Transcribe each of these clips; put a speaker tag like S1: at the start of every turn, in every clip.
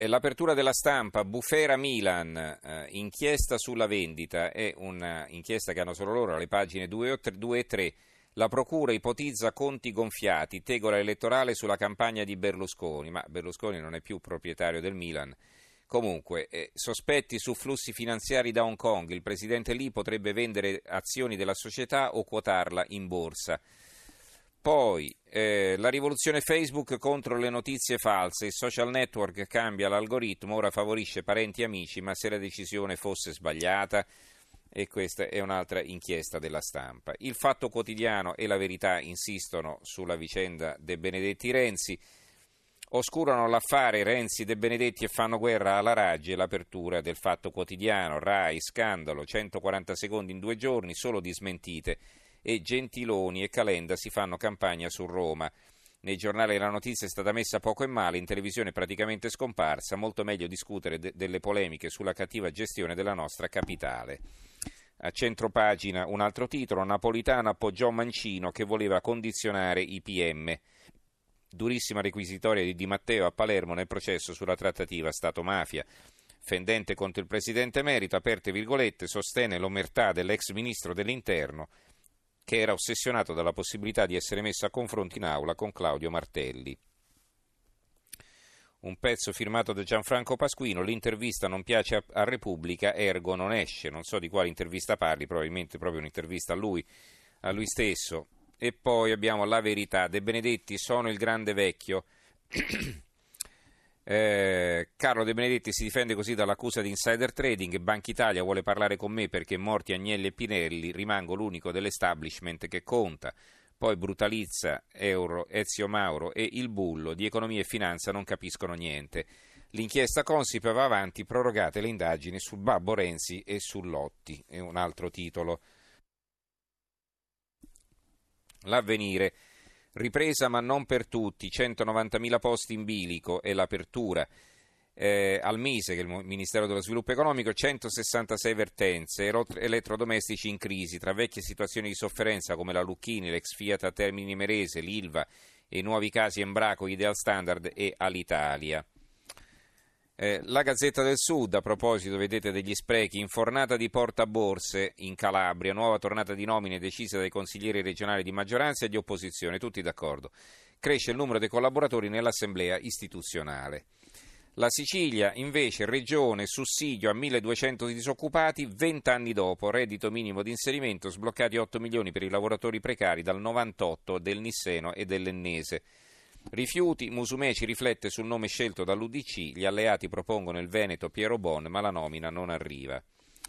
S1: L'apertura della Stampa, Bufera Milan, inchiesta sulla vendita, è un'inchiesta che hanno solo loro, alle pagine 2 e 3. La procura ipotizza conti gonfiati, tegola elettorale sulla campagna di Berlusconi, ma Berlusconi non è più proprietario del Milan. Comunque, sospetti su flussi finanziari da Hong Kong, il presidente Lee potrebbe vendere azioni della società o quotarla in borsa. Poi la rivoluzione Facebook contro le notizie false, il social network cambia l'algoritmo, ora favorisce parenti e amici, ma se la decisione fosse sbagliata, e questa è un'altra inchiesta della Stampa. Il Fatto Quotidiano e La Verità insistono sulla vicenda De Benedetti Renzi, oscurano l'affare Renzi De Benedetti e fanno guerra alla Raggi, e l'apertura del Fatto Quotidiano, Rai, scandalo, 140 secondi in 2 giorni, solo di smentite. E Gentiloni e Calenda si fanno campagna su Roma. Nei giornali la notizia è stata messa poco e male, in televisione praticamente scomparsa, molto meglio discutere delle polemiche sulla cattiva gestione della nostra capitale. A centropagina un altro titolo, Napolitano appoggiò Mancino che voleva condizionare i PM. Durissima requisitoria di Di Matteo a Palermo nel processo sulla trattativa Stato-mafia. Fendente contro il presidente emerito, aperte virgolette, sostenne l'omertà dell'ex ministro dell'Interno, che era ossessionato dalla possibilità di essere messo a confronto in aula con Claudio Martelli. Un pezzo firmato da Gianfranco Pasquino, l'intervista non piace a Repubblica, ergo non esce. Non so di quale intervista parli, probabilmente proprio un'intervista a lui stesso. E poi abbiamo La Verità, De Benedetti, sono il grande vecchio. Carlo De Benedetti si difende così dall'accusa di insider trading. Banca Italia vuole parlare con me perché morti Agnelli e Pinelli, rimango l'unico dell'establishment che conta. Poi brutalizza Ezio Mauro e il bullo, di economia e finanza non capiscono niente. L'inchiesta Consip va avanti, prorogate le indagini sul babbo Renzi e su Lotti, è un altro titolo. L'Avvenire, ripresa ma non per tutti, 190.000 posti in bilico e l'apertura. Al Mise, che è il Ministero dello Sviluppo Economico, 166 vertenze, elettrodomestici in crisi, tra vecchie situazioni di sofferenza come la Lucchini, l'ex Fiat a Termini Imerese, l'Ilva e i nuovi casi Embraco, Ideal Standard e Alitalia. La Gazzetta del Sud, a proposito, vedete, degli sprechi, infornata di portaborse in Calabria, nuova tornata di nomine decisa dai consiglieri regionali di maggioranza e di opposizione, tutti d'accordo. Cresce il numero dei collaboratori nell'assemblea istituzionale. La Sicilia, invece, regione, sussidio a 1.200 disoccupati, 20 anni dopo, reddito minimo di inserimento, sbloccati 8 milioni per i lavoratori precari dal 98 del Nisseno e dell'Ennese. Rifiuti, Musumeci riflette sul nome scelto dall'UDC, gli alleati propongono il Veneto Piero Bon, ma la nomina non arriva.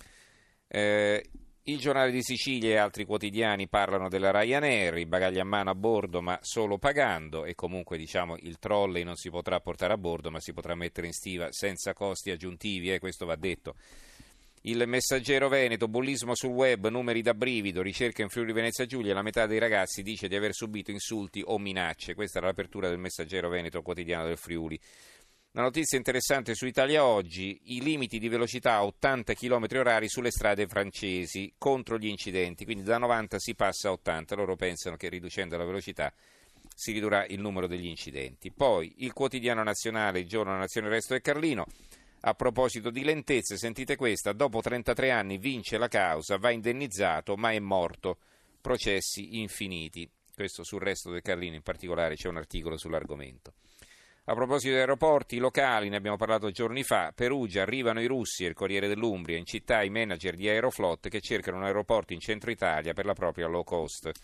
S1: Il Giornale di Sicilia e altri quotidiani parlano della Ryanair, i bagagli a mano a bordo ma solo pagando, e comunque diciamo il trolley non si potrà portare a bordo ma si potrà mettere in stiva senza costi aggiuntivi, questo va detto. Il Messaggero Veneto, bullismo sul web, numeri da brivido, ricerca in Friuli Venezia Giulia, la metà dei ragazzi dice di aver subito insulti o minacce. Questa era l'apertura del Messaggero Veneto, quotidiano del Friuli. Una notizia interessante su Italia Oggi, i limiti di velocità a 80 km/h sulle strade francesi contro gli incidenti, quindi da 90 si passa a 80, loro pensano che riducendo la velocità si ridurrà il numero degli incidenti. Poi il Quotidiano Nazionale, il Giorno, la Nazione, il Resto e Carlino, a proposito di lentezze, sentite questa, dopo 33 anni vince la causa, va indennizzato ma è morto, processi infiniti. Questo sul Resto del Carlino in particolare c'è un articolo sull'argomento. A proposito di aeroporti locali, ne abbiamo parlato giorni fa, Perugia, arrivano i russi e il Corriere dell'Umbria, in città i manager di Aeroflot che cercano un aeroporto in centro Italia per la propria low cost.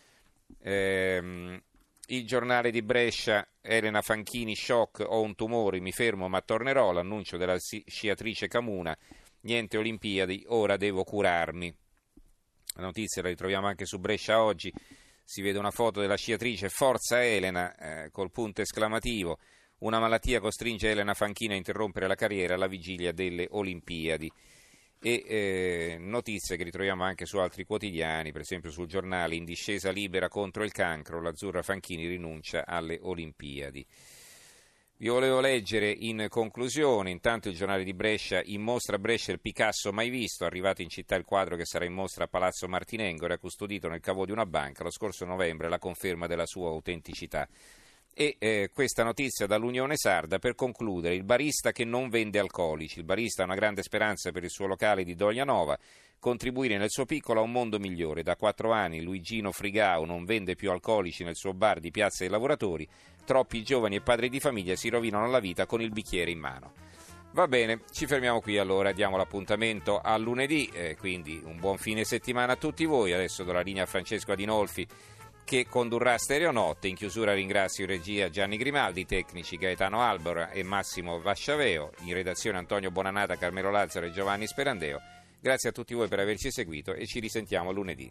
S1: Il Giornale di Brescia, Elena Fanchini, shock, ho un tumore, mi fermo ma tornerò, l'annuncio della sciatrice Camuna, niente Olimpiadi, ora devo curarmi. La notizia la ritroviamo anche su Brescia Oggi, si vede una foto della sciatrice, forza Elena, col punto esclamativo. Una malattia costringe Elena Fanchini a interrompere la carriera alla vigilia delle Olimpiadi. E notizie che ritroviamo anche su altri quotidiani, per esempio sul Giornale, in discesa libera contro il cancro, l'azzurra Fanchini rinuncia alle Olimpiadi. Vi volevo leggere in conclusione, intanto il Giornale di Brescia, in mostra a Brescia il Picasso mai visto, arrivato in città il quadro che sarà in mostra a Palazzo Martinengo, era custodito nel cavo di una banca, lo scorso novembre la conferma della sua autenticità. E questa notizia dall'Unione Sarda per concludere: il barista che non vende alcolici. Il barista ha una grande speranza per il suo locale di Doglianova, contribuire nel suo piccolo a un mondo migliore. Da 4 anni Luigino Frigao non vende più alcolici nel suo bar di Piazza dei Lavoratori. Troppi giovani e padri di famiglia si rovinano la vita con il bicchiere in mano. Va bene, ci fermiamo qui allora, diamo l'appuntamento a lunedì, quindi un buon fine settimana a tutti voi. Adesso do la linea a Francesco Adinolfi che condurrà Stereonotte. In chiusura ringrazio in regia Gianni Grimaldi, tecnici Gaetano Albora e Massimo Vasciaveo, in redazione Antonio Bonanata, Carmelo Lazzaro e Giovanni Sperandeo. Grazie a tutti voi per averci seguito e ci risentiamo lunedì.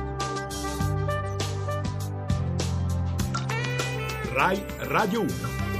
S2: Rai Radio 1.